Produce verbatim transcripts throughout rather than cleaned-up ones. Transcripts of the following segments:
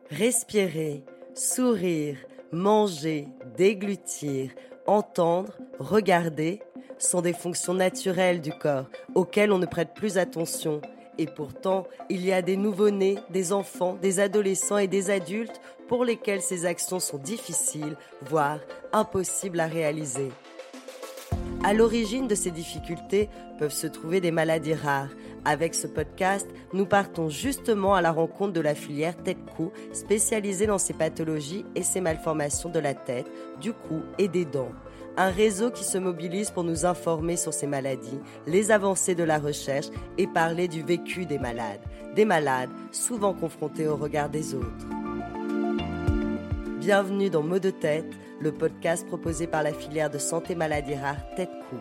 Respirer, sourire, manger, déglutir, entendre, regarder sont des fonctions naturelles du corps auxquelles on ne prête plus attention. Et pourtant, il y a des nouveau-nés, des enfants, des adolescents et des adultes pour lesquels ces actions sont difficiles, voire impossibles à réaliser. À l'origine de ces difficultés peuvent se trouver des maladies rares. Avec ce podcast, nous partons justement à la rencontre de la filière tête-cou, spécialisée dans ces pathologies et ces malformations de la tête, du cou et des dents. Un réseau qui se mobilise pour nous informer sur ces maladies, les avancées de la recherche et parler du vécu des malades. Des malades souvent confrontés au regard des autres. Bienvenue dans Mots de tête, le podcast proposé par la filière de santé maladies rares tête-cou.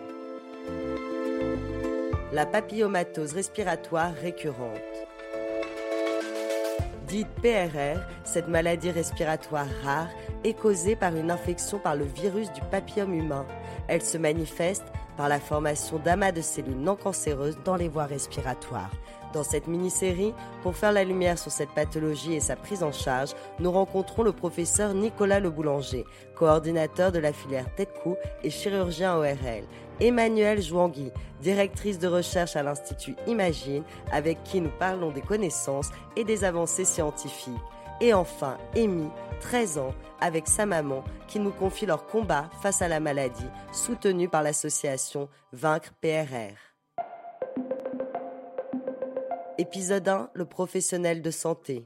La papillomatose respiratoire récurrente. Dite P R R, cette maladie respiratoire rare est causée par une infection par le virus du papillome humain. Elle se manifeste par la formation d'amas de cellules non cancéreuses dans les voies respiratoires. Dans cette mini-série, pour faire la lumière sur cette pathologie et sa prise en charge, nous rencontrons le professeur Nicolas Le Boulanger, coordinateur de la filière tête-cou et chirurgien O R L, Emmanuelle Jouangui, directrice de recherche à l'Institut Imagine, avec qui nous parlons des connaissances et des avancées scientifiques. Et enfin, Amy, treize ans, avec sa maman, qui nous confie leur combat face à la maladie, soutenu par l'association Vaincre P R R. Épisode un, le professionnel de santé.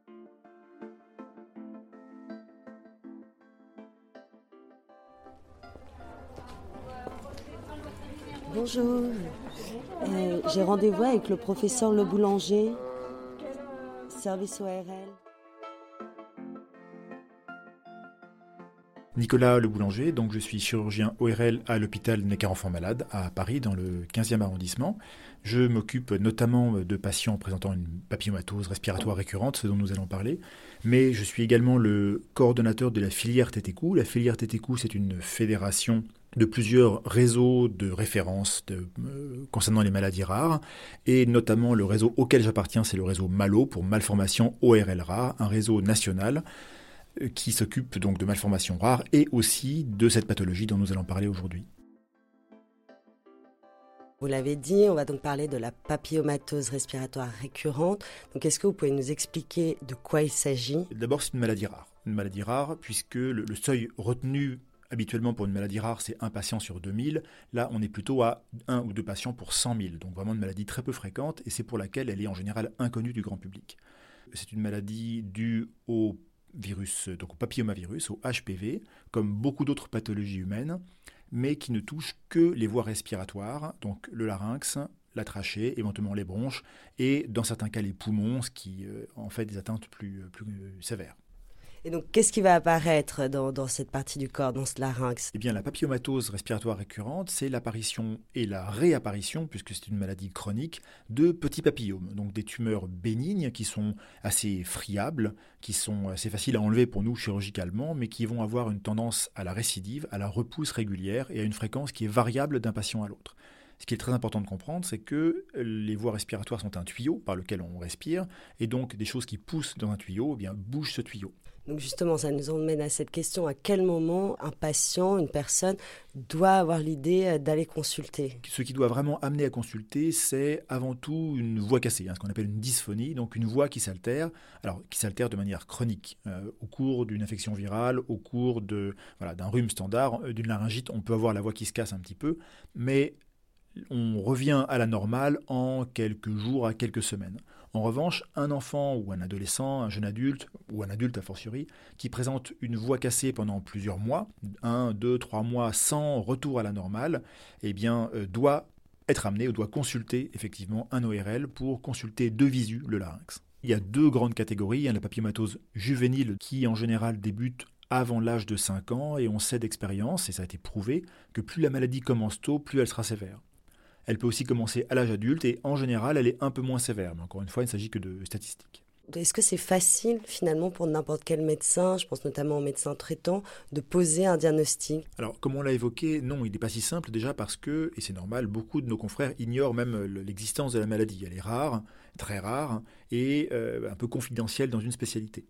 Bonjour, euh, j'ai rendez-vous avec le professeur Le Boulanger, service O R L. Nicolas Le Boulanger, donc je suis chirurgien O R L à l'hôpital Necker-Enfants Malades à Paris, dans le quinzième arrondissement. Je m'occupe notamment de patients présentant une papillomatose respiratoire récurrente, ce dont nous allons parler, mais je suis également le coordonnateur de la filière tête et cou. La filière tête et cou, c'est une fédération de plusieurs réseaux de référence de, euh, concernant les maladies rares, et notamment le réseau auquel j'appartiens, c'est le réseau MALO pour malformations O R L rares, un réseau national euh, qui s'occupe donc de malformations rares et aussi de cette pathologie dont nous allons parler aujourd'hui. Vous l'avez dit, on va donc parler de la papillomatose respiratoire récurrente. Donc, est-ce que vous pouvez nous expliquer de quoi il s'agit ? D'abord, c'est une maladie rare. Une maladie rare puisque le, le seuil retenu habituellement, pour une maladie rare, c'est un patient sur deux mille. Là, on est plutôt à un ou deux patients pour cent mille. Donc vraiment une maladie très peu fréquente et c'est pour laquelle elle est en général inconnue du grand public. C'est une maladie due au virus, donc au papillomavirus, au H P V, comme beaucoup d'autres pathologies humaines, mais qui ne touche que les voies respiratoires, donc le larynx, la trachée, éventuellement les bronches et dans certains cas les poumons, ce qui euh, en fait des atteintes plus, plus euh, sévères. Et donc, qu'est-ce qui va apparaître dans, dans cette partie du corps, dans ce larynx ? Eh bien, la papillomatose respiratoire récurrente, c'est l'apparition et la réapparition, puisque c'est une maladie chronique, de petits papillomes, donc des tumeurs bénignes qui sont assez friables, qui sont assez faciles à enlever pour nous chirurgicalement, mais qui vont avoir une tendance à la récidive, à la repousse régulière et à une fréquence qui est variable d'un patient à l'autre. Ce qui est très important de comprendre, c'est que les voies respiratoires sont un tuyau par lequel on respire, et donc des choses qui poussent dans un tuyau, eh bien, bougent ce tuyau. Donc justement, ça nous emmène à cette question, à quel moment un patient, une personne, doit avoir l'idée d'aller consulter ? Ce qui doit vraiment amener à consulter, c'est avant tout une voix cassée, hein, ce qu'on appelle une dysphonie, donc une voix qui s'altère, alors qui s'altère de manière chronique, euh, au cours d'une infection virale, au cours de, voilà, d'un rhume standard, d'une laryngite, on peut avoir la voix qui se casse un petit peu, mais on revient à la normale en quelques jours à quelques semaines. En revanche, un enfant ou un adolescent, un jeune adulte, ou un adulte a fortiori, qui présente une voix cassée pendant plusieurs mois, un, deux, trois mois sans retour à la normale, eh bien, euh, doit être amené ou doit consulter effectivement un O R L pour consulter de visu le larynx. Il y a deux grandes catégories, hein, la papillomatose juvénile qui en général débute avant l'âge de cinq ans, et on sait d'expérience, et ça a été prouvé, que plus la maladie commence tôt, plus elle sera sévère. Elle peut aussi commencer à l'âge adulte et en général, elle est un peu moins sévère. Mais encore une fois, il ne s'agit que de statistiques. Est-ce que c'est facile finalement pour n'importe quel médecin, je pense notamment aux médecins traitants, de poser un diagnostic ? Alors, comme on l'a évoqué, non, il n'est pas si simple déjà parce que, et c'est normal, beaucoup de nos confrères ignorent même l'existence de la maladie. Elle est rare, très rare et euh, un peu confidentielle dans une spécialité.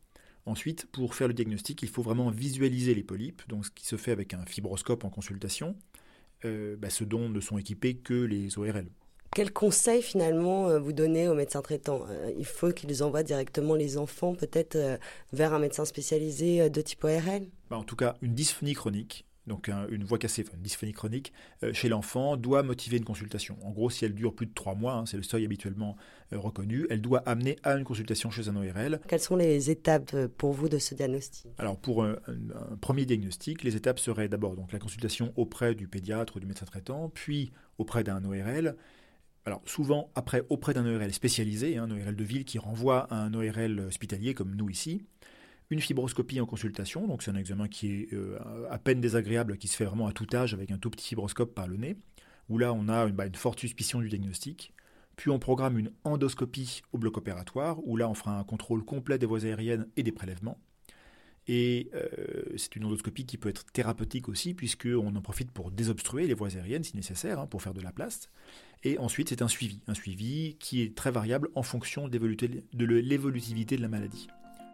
Ensuite, pour faire le diagnostic, il faut vraiment visualiser les polypes, donc ce qui se fait avec un fibroscope en consultation, euh, bah, ce dont ne sont équipés que les O R L. Quel conseil finalement vous donnez aux médecins traitants ? euh, Il faut qu'ils envoient directement les enfants peut-être euh, vers un médecin spécialisé euh, de type O R L ? Bah, en tout cas, une dysphonie chronique, donc un, une voix cassée, enfin une dysphonie chronique, euh, chez l'enfant doit motiver une consultation. En gros, si elle dure plus de trois mois, hein, c'est le seuil habituellement euh, reconnu, elle doit amener à une consultation chez un O R L. Quelles sont les étapes pour vous de ce diagnostic ? Alors pour un, un, un premier diagnostic, les étapes seraient d'abord donc, la consultation auprès du pédiatre ou du médecin traitant, puis auprès d'un O R L. Alors souvent après auprès d'un O R L spécialisé, hein, un O R L de ville qui renvoie à un O R L hospitalier comme nous ici. Une fibroscopie en consultation, donc c'est un examen qui est euh, à peine désagréable, qui se fait vraiment à tout âge avec un tout petit fibroscope par le nez, où là on a une, bah, une forte suspicion du diagnostic. Puis on programme une endoscopie au bloc opératoire, où là on fera un contrôle complet des voies aériennes et des prélèvements. Et euh, c'est une endoscopie qui peut être thérapeutique aussi, puisqu'on en profite pour désobstruer les voies aériennes si nécessaire, hein, pour faire de la place. Et ensuite c'est un suivi, un suivi qui est très variable en fonction de l'évolutivité de la maladie.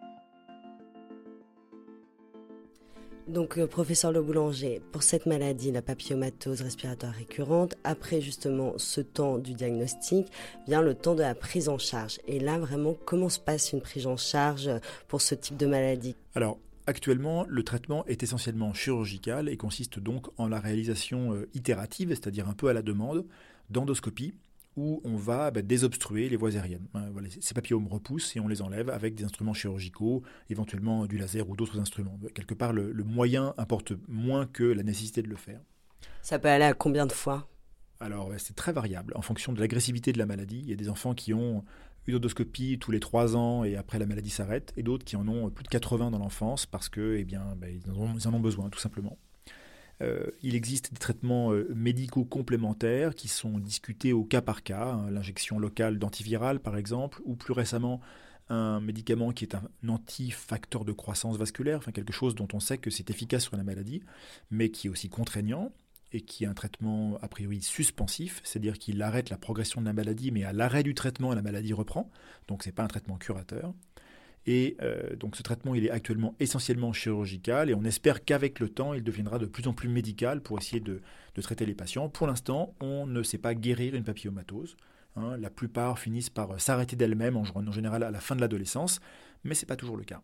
Donc, euh, professeur Le Boulanger, pour cette maladie, la papillomatose respiratoire récurrente, après justement ce temps du diagnostic, vient le temps de la prise en charge. Et là, vraiment, comment se passe une prise en charge pour ce type de maladie ? Alors, actuellement, le traitement est essentiellement chirurgical et consiste donc en la réalisation euh, itérative, c'est-à-dire un peu à la demande, d'endoscopie, où on va bah, désobstruer les voies aériennes. Hein, voilà, ces papillomes repoussent et on les enlève avec des instruments chirurgicaux, éventuellement du laser ou d'autres instruments. Quelque part, le, le moyen importe moins que la nécessité de le faire. Ça peut aller à combien de fois ? Alors, c'est très variable en fonction de l'agressivité de la maladie. Il y a des enfants qui ont une endoscopie tous les trois ans et après la maladie s'arrête, et d'autres qui en ont plus de quatre-vingts dans l'enfance parce que, eh bien, bah, ils, en ont, ils en ont besoin, tout simplement. Euh, il existe des traitements euh, médicaux complémentaires qui sont discutés au cas par cas, hein, l'injection locale d'antiviral par exemple, ou plus récemment un médicament qui est un antifacteur de croissance vasculaire, enfin quelque chose dont on sait que c'est efficace sur la maladie, mais qui est aussi contraignant et qui est un traitement a priori suspensif, c'est-à-dire qu'il arrête la progression de la maladie, mais à l'arrêt du traitement, la maladie reprend, donc ce n'est pas un traitement curateur. Et euh, donc ce traitement, il est actuellement essentiellement chirurgical et on espère qu'avec le temps, il deviendra de plus en plus médical pour essayer de, de traiter les patients. Pour l'instant, on ne sait pas guérir une papillomatose. Hein. La plupart finissent par s'arrêter d'elles-mêmes, en, en général à la fin de l'adolescence, mais ce n'est pas toujours le cas.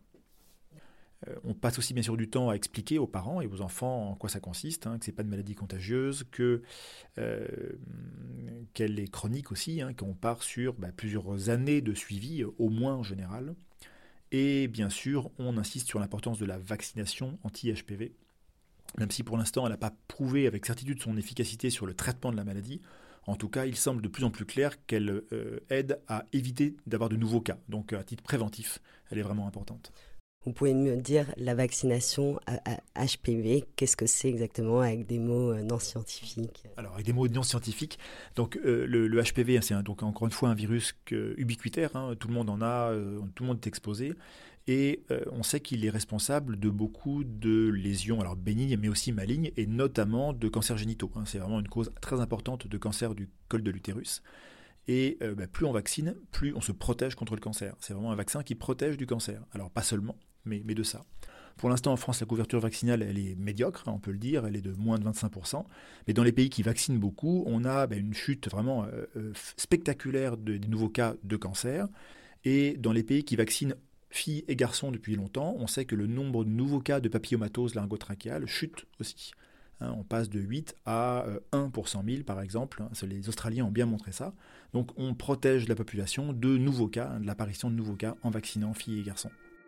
Euh, on passe aussi bien sûr du temps à expliquer aux parents et aux enfants en quoi ça consiste, hein, que ce n'est pas une maladie contagieuse, que, euh, qu'elle est chronique aussi, hein, qu'on part sur bah, plusieurs années de suivi, au moins en général. Et bien sûr, on insiste sur l'importance de la vaccination anti-H P V, même si pour l'instant elle n'a pas prouvé avec certitude son efficacité sur le traitement de la maladie. En tout cas, il semble de plus en plus clair qu'elle euh, aide à éviter d'avoir de nouveaux cas. Donc à titre préventif, elle est vraiment importante. Vous pouvez me dire la vaccination à H P V, qu'est-ce que c'est exactement avec des mots non scientifiques ? Alors avec des mots non scientifiques, donc euh, le, le H P V, c'est un, donc encore une fois un virus que, ubiquitaire, hein, tout le monde en a, euh, tout le monde est exposé, et euh, on sait qu'il est responsable de beaucoup de lésions, alors bénignes mais aussi malignes, et notamment de cancers génitaux. Hein, c'est vraiment une cause très importante de cancer du col de l'utérus. Et euh, bah, plus on vaccine, plus on se protège contre le cancer. C'est vraiment un vaccin qui protège du cancer. Alors pas seulement, mais, mais de ça. Pour l'instant, en France, la couverture vaccinale, elle est médiocre, on peut le dire, elle est de moins de vingt-cinq pour cent. Mais dans les pays qui vaccinent beaucoup, on a bah, une chute vraiment euh, spectaculaire de, des nouveaux cas de cancer. Et dans les pays qui vaccinent filles et garçons depuis longtemps, on sait que le nombre de nouveaux cas de papillomatose laryngotrachéale chute aussi. Hein, on passe de huit à un pour cent mille, par exemple. Les Australiens ont bien montré ça. Donc on protège la population de nouveaux cas, hein, de l'apparition de nouveaux cas en vaccinant filles et garçons.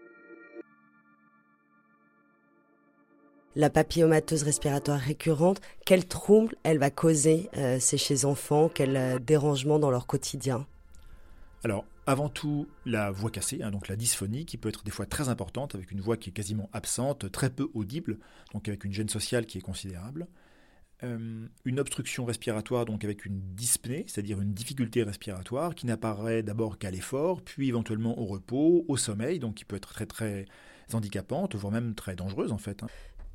La papillomatose respiratoire récurrente, quels troubles elle va causer euh, chez ces enfants, quels euh, dérangements dans leur quotidien ? Alors, avant tout, la voix cassée, hein, donc la dysphonie, qui peut être des fois très importante, avec une voix qui est quasiment absente, très peu audible, donc avec une gêne sociale qui est considérable. Euh, une obstruction respiratoire, donc avec une dyspnée, c'est-à-dire une difficulté respiratoire, qui n'apparaît d'abord qu'à l'effort, puis éventuellement au repos, au sommeil, donc qui peut être très très handicapante, voire même très dangereuse en fait. Hein.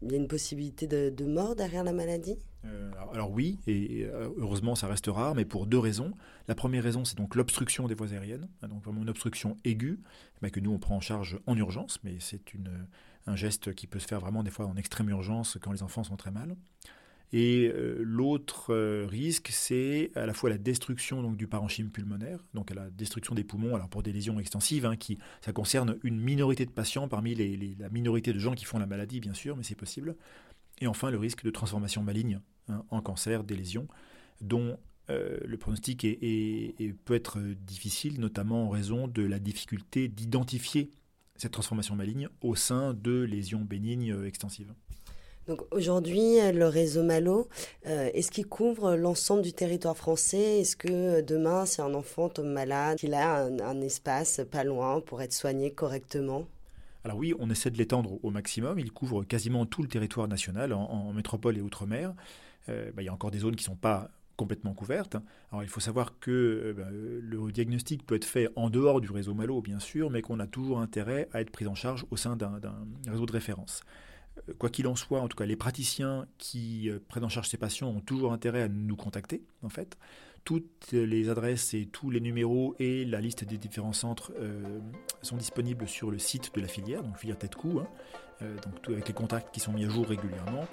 Il y a une possibilité de, de mort derrière la maladie ? Euh, alors, alors oui, et euh, heureusement ça reste rare, mais pour deux raisons. La première raison, c'est donc l'obstruction des voies aériennes, donc vraiment une obstruction aiguë, bah, que nous on prend en charge en urgence, mais c'est une, un geste qui peut se faire vraiment des fois en extrême urgence quand les enfants sont très mal. Et euh, l'autre euh, risque, c'est à la fois la destruction donc, du parenchyme pulmonaire, donc la destruction des poumons, alors pour des lésions extensives, hein, qui, ça concerne une minorité de patients parmi les, les, la minorité de gens qui font la maladie, bien sûr, mais c'est possible. Et enfin, le risque de transformation maligne hein, en cancer des lésions, dont euh, le pronostic est, est, est, peut être difficile, notamment en raison de la difficulté d'identifier cette transformation maligne au sein de lésions bénignes euh, extensives. Donc aujourd'hui, le réseau Malo, euh, est-ce qu'il couvre l'ensemble du territoire français ? Est-ce que demain, si un enfant tombe malade, qu'il a un, un espace pas loin pour être soigné correctement ? Alors oui, on essaie de l'étendre au maximum. Il couvre quasiment tout le territoire national, en, en métropole et outre-mer. Euh, bah, il y a encore des zones qui ne sont pas complètement couvertes. Alors il faut savoir que euh, bah, le diagnostic peut être fait en dehors du réseau Malo, bien sûr, mais qu'on a toujours intérêt à être pris en charge au sein d'un, d'un réseau de référence. Quoi qu'il en soit, en tout cas, les praticiens qui prennent en charge ces patients ont toujours intérêt à nous contacter, en fait. Toutes les adresses et tous les numéros et la liste des différents centres euh, sont disponibles sur le site de la filière, donc filière Tête-Cou, hein, euh, donc tout avec les contacts qui sont mis à jour régulièrement.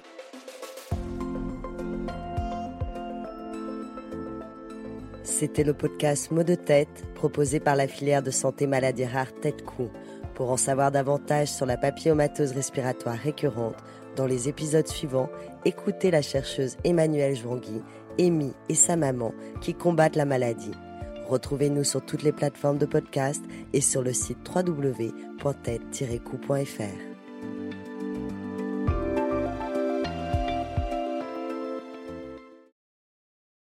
C'était le podcast Mots de tête, proposé par la filière de santé maladies rares Tête-Cou. Pour en savoir davantage sur la papillomatose respiratoire récurrente, dans les épisodes suivants, écoutez la chercheuse Emmanuelle Jouangui, Amy et sa maman qui combattent la maladie. Retrouvez-nous sur toutes les plateformes de podcast et sur le site w w w point tête tiret coup point f r.